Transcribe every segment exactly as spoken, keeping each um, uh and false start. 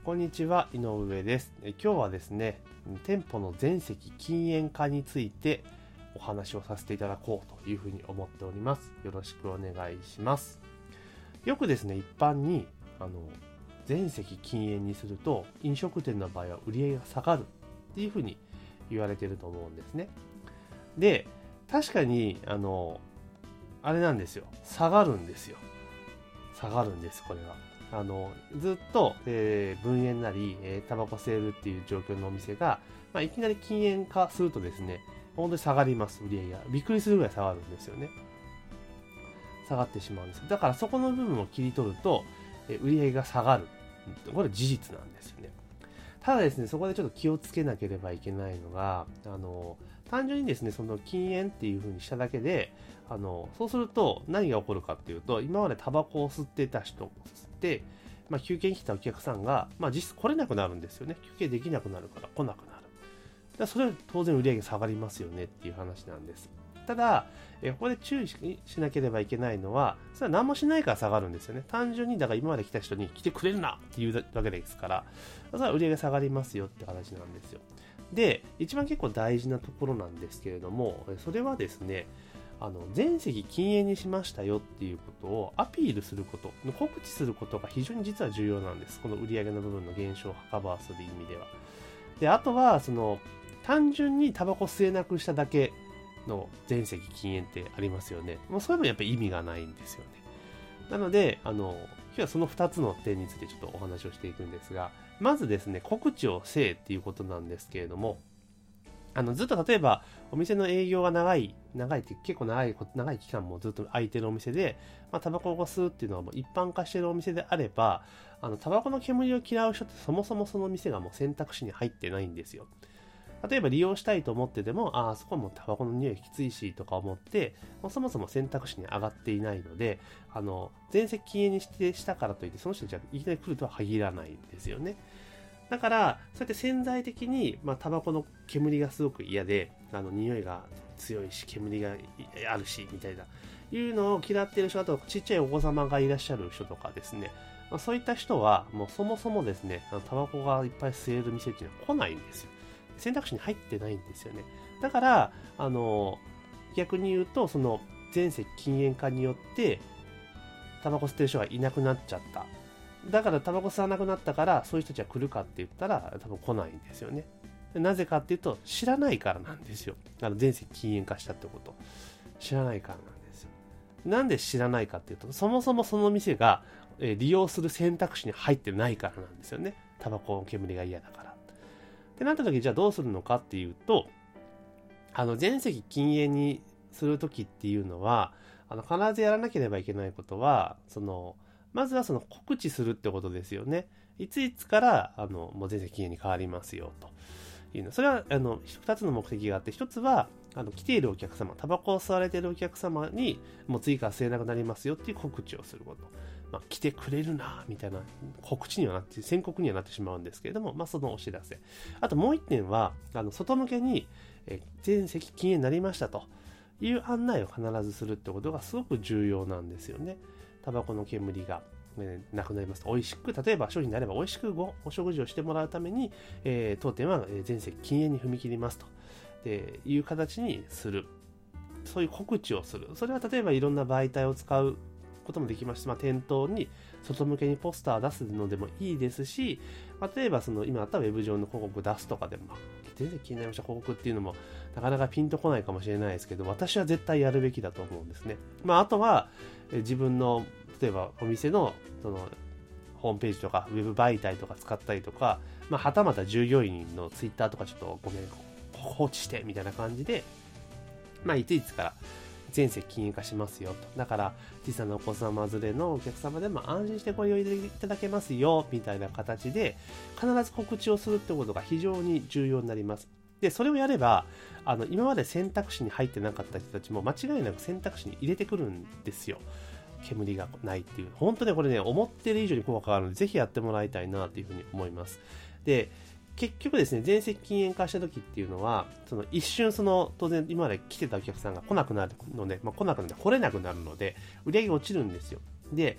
こんにちは、井上です。え今日はですね、店舗の全席禁煙化についてお話をさせていただこうというふうに思っております。よろしくお願いします。よくですね、一般にあの全席禁煙にすると飲食店の場合は売り上げが下がるっていうふうに言われていると思うんですね。で、確かにあのあれなんですよ。下がるんですよ。下がるんです、これが。あのずっと、えー、分煙なり、えー、タバコ吸えるっていう状況のお店が、まあ、いきなり禁煙化するとですね、本当に下がります、売り上げが。びっくりするぐらい下がるんですよね。下がってしまうんですよ。だからそこの部分を切り取ると、えー、売り上げが下がる。これ事実なんですよね。ただですね、そこでちょっと気をつけなければいけないのが、あの単純にですね、その禁煙っていう風にしただけで、あのそうすると何が起こるかっていうと、今までタバコを吸ってた人で、まあ、休憩に来たお客さんが、まあ、実質来れなくなるんですよね。休憩できなくなるから来なくなる。だそれは当然売り上げ下がりますよねっていう話なんです。ただ、えここで注意しなければいけないのは、それは何もしないから下がるんですよね。単純にだから今まで来た人に来てくれるなっていうわけですから、それは売り上げ下がりますよって話なんですよ。で、一番結構大事なところなんですけれども、それはですね、あの全席禁煙にしましたよっていうことをアピールすること、告知することが非常に実は重要なんです。この売上の部分の減少をカバーする意味では。で、あとはその単純にタバコ吸えなくしただけの全席禁煙ってありますよね。もうそれもやっぱり意味がないんですよね。なので、あの今日はそのふたつの点についてちょっとお話をしていくんですが、まずですね、告知をせえっていうことなんですけれども、あのずっと例えばお店の営業が長い長いって結構長い長い期間もずっと空いてるお店で、まあ、タバコを吸うっていうのはもう一般化しているお店であれば、あのタバコの煙を嫌う人ってそもそもその店がもう選択肢に入ってないんですよ。例えば利用したいと思ってても、ああそこはもうタバコの匂いきついしとか思って、もうそもそも選択肢に上がっていないので、あの全席禁煙にしてしたからといってその人たちはいきなり来るとは限らないんですよね。だから、そうやって潜在的に、まあ、タバコの煙がすごく嫌で、あの、匂いが強いし、煙があるし、みたいな、いうのを嫌っている人、あと、ちっちゃいお子様がいらっしゃる人とかですね、まあ、そういった人は、もうそもそもですね、タバコがいっぱい吸える店っていうのは来ないんですよ。選択肢に入ってないんですよね。だから、あの、逆に言うと、その、全席禁煙化によって、タバコ吸ってる人がいなくなっちゃった。だからタバコ吸わなくなったからそういう人たちは来るかって言ったら多分来ないんですよね。なぜかっていうと知らないからなんですよ。あの全席禁煙化したってこと知らないからなんですよ。なんで知らないかっていうと、そもそもその店が利用する選択肢に入ってないからなんですよね。タバコの煙が嫌だからってなった時、じゃあどうするのかっていうと、あの全席禁煙にする時っていうのは、あの必ずやらなければいけないことは、そのまずはその告知するってことですよね。いついつからあのもう全席禁煙に変わりますよというの。それはあのふたつの目的があって、ひとつはあの来ているお客様、タバコを吸われているお客様にもう次から吸えなくなりますよっていう告知をすること。まあ、来てくれるなみたいな告知にはなって、宣告にはなってしまうんですけれども、まあ、そのお知らせ。あともういってんは、あの外向けにえ全席禁煙になりましたという案内を必ずするってことがすごく重要なんですよね。タバコの煙が、ね、なくなりますと、美味しく、例えば商品であれば美味しく ご, お食事をしてもらうために、えー、当店は全席禁煙に踏み切りますとでいう形にする。そういう告知をする。それは例えばいろんな媒体を使うこともできますし、まあ、店頭に外向けにポスター出すのでもいいですし、例えばその今あったウェブ上の広告出すとかでも、全然気になりました広告っていうのもなかなかピンとこないかもしれないですけど、私は絶対やるべきだと思うんですね。まあ、あとは自分の例えばお店のそのホームページとかウェブ媒体とか使ったりとか、まあ、はたまた従業員のツイッターとかちょっとごめん放置してみたいな感じで、まあ、いついつから全席禁煙化しますよと。だから小さなお子様連れのお客様でも安心してご利用いただけますよみたいな形で必ず告知をするってことが非常に重要になります。でそれをやれば、あの今まで選択肢に入ってなかった人たちも間違いなく選択肢に入れてくるんですよ。煙がないっていう、本当にこれね、思ってる以上に効果があるのでぜひやってもらいたいなというふうに思います。で結局ですね、全席禁煙化した時っていうのは、その一瞬その当然今まで来てたお客さんが来なくなるので、まあ、来なくなって来れなくなるので売り上げが落ちるんですよ。で、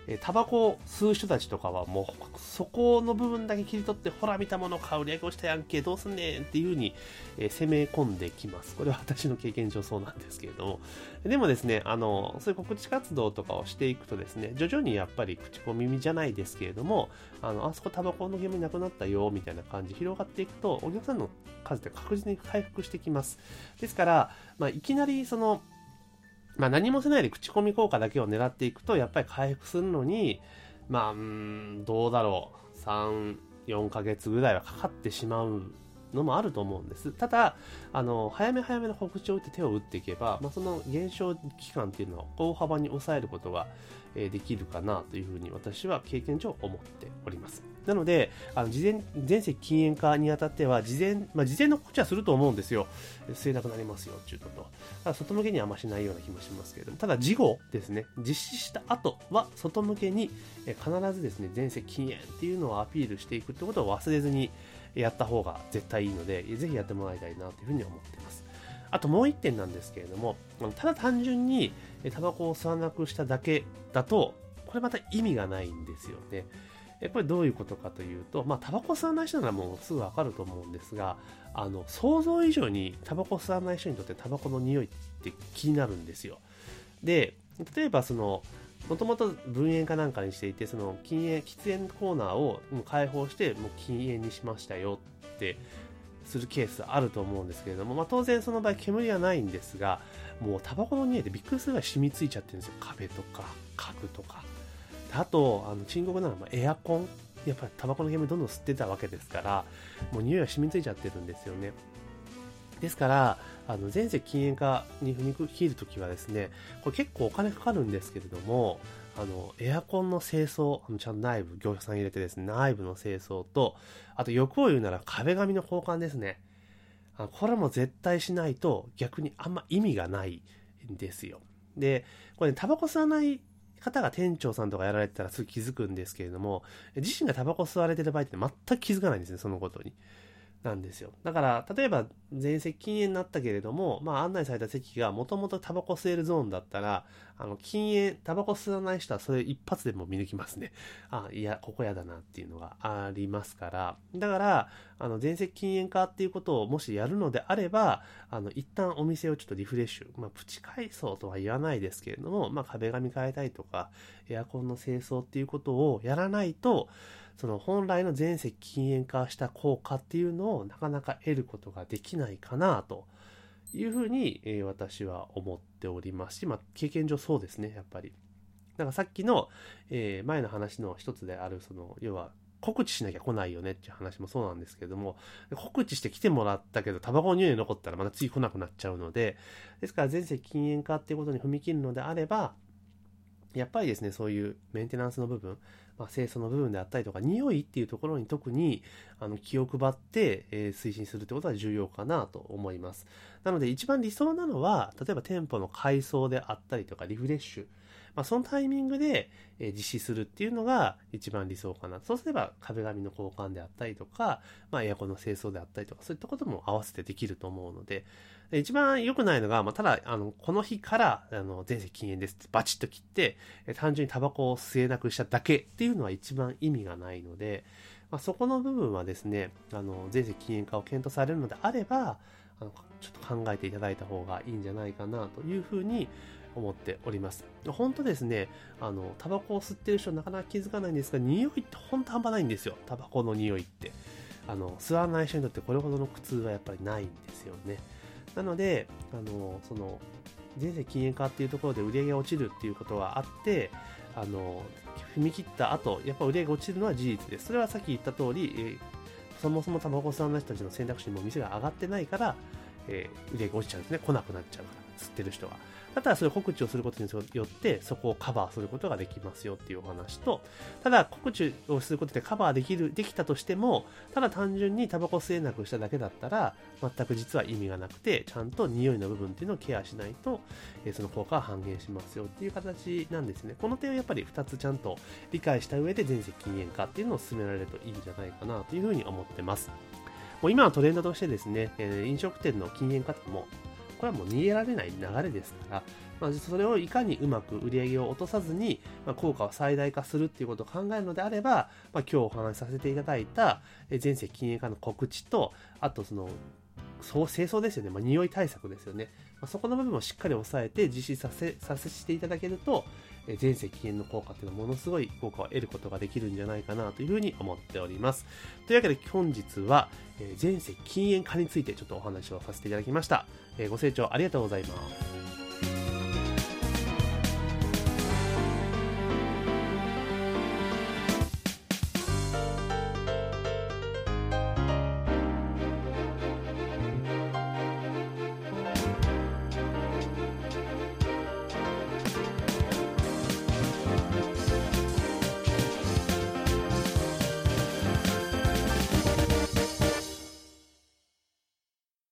えー、タバコを吸う人たちとかはもうそこの部分だけ切り取って、ほら見たもの買う、売り上げをしたやんけ、どうすんねんっていう風に、えー、攻め込んできます。これは私の経験上そうなんですけれども、でもですね、あのそういう告知活動とかをしていくとですね、徐々にやっぱり口コミじゃないですけれども、あのあそこタバコの煙なくなったよみたいな感じ広がっていくと、お客さんの数って確実に回復してきます。ですから、まあ、いきなりそのまあ、何もせないで口コミ効果だけを狙っていくと、やっぱり回復するのに、まあ、うーん、どうだろう、さん、よんかげつぐらいはかかってしまうのもあると思うんです。ただ、あの、早め早めの告知を打って手を打っていけば、まあ、その減少期間っていうのを大幅に抑えることができるかなというふうに私は経験上思っております。なので、あの事前全席禁煙化にあたっては、事前、まあ、事前の告知はすると思うんですよ。吸えなくなりますよ、っていうこと。ただ、外向けにはあんましないような気もしますけれども、ただ、事後ですね、実施した後は、外向けに必ずですね、全席禁煙っていうのをアピールしていくってことを忘れずにやった方が絶対いいので、ぜひやってもらいたいなというふうに思っています。あともう一点なんですけれども、ただ単純にタバコを吸わなくしただけだと、これまた意味がないんですよね。これどういうことかというと、まあ、タバコ吸わない人ならもうすぐわかると思うんですが、あの、想像以上にタバコ吸わない人にとってタバコの匂いって気になるんですよ。で、例えばその、もともと分煙かなんかにしていて、その禁煙、喫煙コーナーをもう開放して、もう禁煙にしましたよってするケースあると思うんですけれども、まあ、当然その場合煙はないんですが、もうタバコの匂いでびっくりするぐらい染みついちゃってるんですよ。壁とか家具とか。あと、あの深刻なのはエアコン。やっぱりタバコの煙どんどん吸ってたわけですから、もう匂いが染みついちゃってるんですよね。ですから、あの全席禁煙化に踏み切るときはですね、これ結構お金かかるんですけれども、あのエアコンの清掃、ちゃんと内部、業者さん入れてですね、内部の清掃と、あと欲を言うなら壁紙の交換ですね。あのこれも絶対しないと逆にあんま意味がないんですよ。で、これ、ね、タバコ吸わない方が店長さんとかやられてたらすぐ気づくんですけれども、自身がタバコ吸われてる場合って全く気づかないんですね、そのことに。なんですよ。だから、例えば、全席禁煙になったけれども、まあ案内された席がもともとタバコ吸えるゾーンだったら、あの、禁煙、タバコ吸わない人はそれ一発でも見抜きますね。あ、いや、ここやだなっていうのがありますから。だから、あの、全席禁煙化っていうことをもしやるのであれば、あの、一旦お店をちょっとリフレッシュ。まあ、プチ改装とは言わないですけれども、まあ、壁紙変えたいとか、エアコンの清掃っていうことをやらないと、その本来の全席禁煙化した効果っていうのをなかなか得ることができないかなというふうに、えー、私は思っておりますし、まあ、経験上そうですね、やっぱり。だからさっきの、えー、前の話の一つである、その、要は、告知しなきゃ来ないよねっていう話もそうなんですけども、告知して来てもらったけど、タバコの匂い残ったらまた次来なくなっちゃうので、ですから全席禁煙化っていうことに踏み切るのであれば、やっぱりですね、そういうメンテナンスの部分、まあ、清掃の部分であったりとか、匂いっていうところに特にあの気を配って、えー、推進するってことは重要かなと思います。なので一番理想なのは、例えば店舗の改装であったりとか、リフレッシュ。まあ、そのタイミングで、えー、実施するっていうのが一番理想かな。そうすれば壁紙の交換であったりとか、まあ、エアコンの清掃であったりとか、そういったことも合わせてできると思うので、で一番良くないのが、まあ、ただ、あの、この日から、あの、全席禁煙ですってバチッと切って、え単純にタバコを吸えなくしただけっていうのは一番意味がないので、まあ、そこの部分はですね、あの、全席禁煙化を検討されるのであれば、あの、ちょっと考えていただいた方がいいんじゃないかなというふうに思っております。本当ですね、あの、タバコを吸ってる人なかなか気づかないんですが、匂いって本当半端ないんですよ。タバコの匂いって。あの、吸わない人にとってこれほどの苦痛はやっぱりないんですよね。なので、あの、その、全席禁煙化っていうところで売り上げが落ちるっていうことはあって、あの、踏み切った後、やっぱ売り上げが落ちるのは事実です。それはさっき言った通り、えー、そもそもタバコ吸わない人たちの選択肢にも店が上がってないから、えー、売り上げが落ちちゃうんですね。来なくなっちゃうから、吸ってる人が。だったらそれ告知をすることによってそこをカバーすることができますよっていうお話と、ただ告知をすることでカバーできるできたとしても、ただ単純にタバコ吸えなくしただけだったら全く実は意味がなくて、ちゃんと匂いの部分っていうのをケアしないと、えー、その効果は半減しますよっていう形なんですね。この点をやっぱりふたつちゃんと理解した上で全席禁煙化っていうのを進められるといいんじゃないかなというふうに思ってます。もう今はトレンドとしてですね、えー、飲食店の禁煙化もこれはもう逃げられない流れですから、まあ、それをいかにうまく売り上げを落とさずに、まあ、効果を最大化するっていうことを考えるのであれば、まあ、今日お話しさせていただいた全世禁煙化の告知と、あとそのそう清掃ですよね、まあ、匂い対策ですよね、まあ、そこの部分をしっかり抑えて実施させさせていただけると、全世禁煙の効果っていうのはものすごい効果を得ることができるんじゃないかなというふうに思っております。というわけで本日は全世禁煙化についてちょっとお話をさせていただきました。ご清聴ありがとうございます。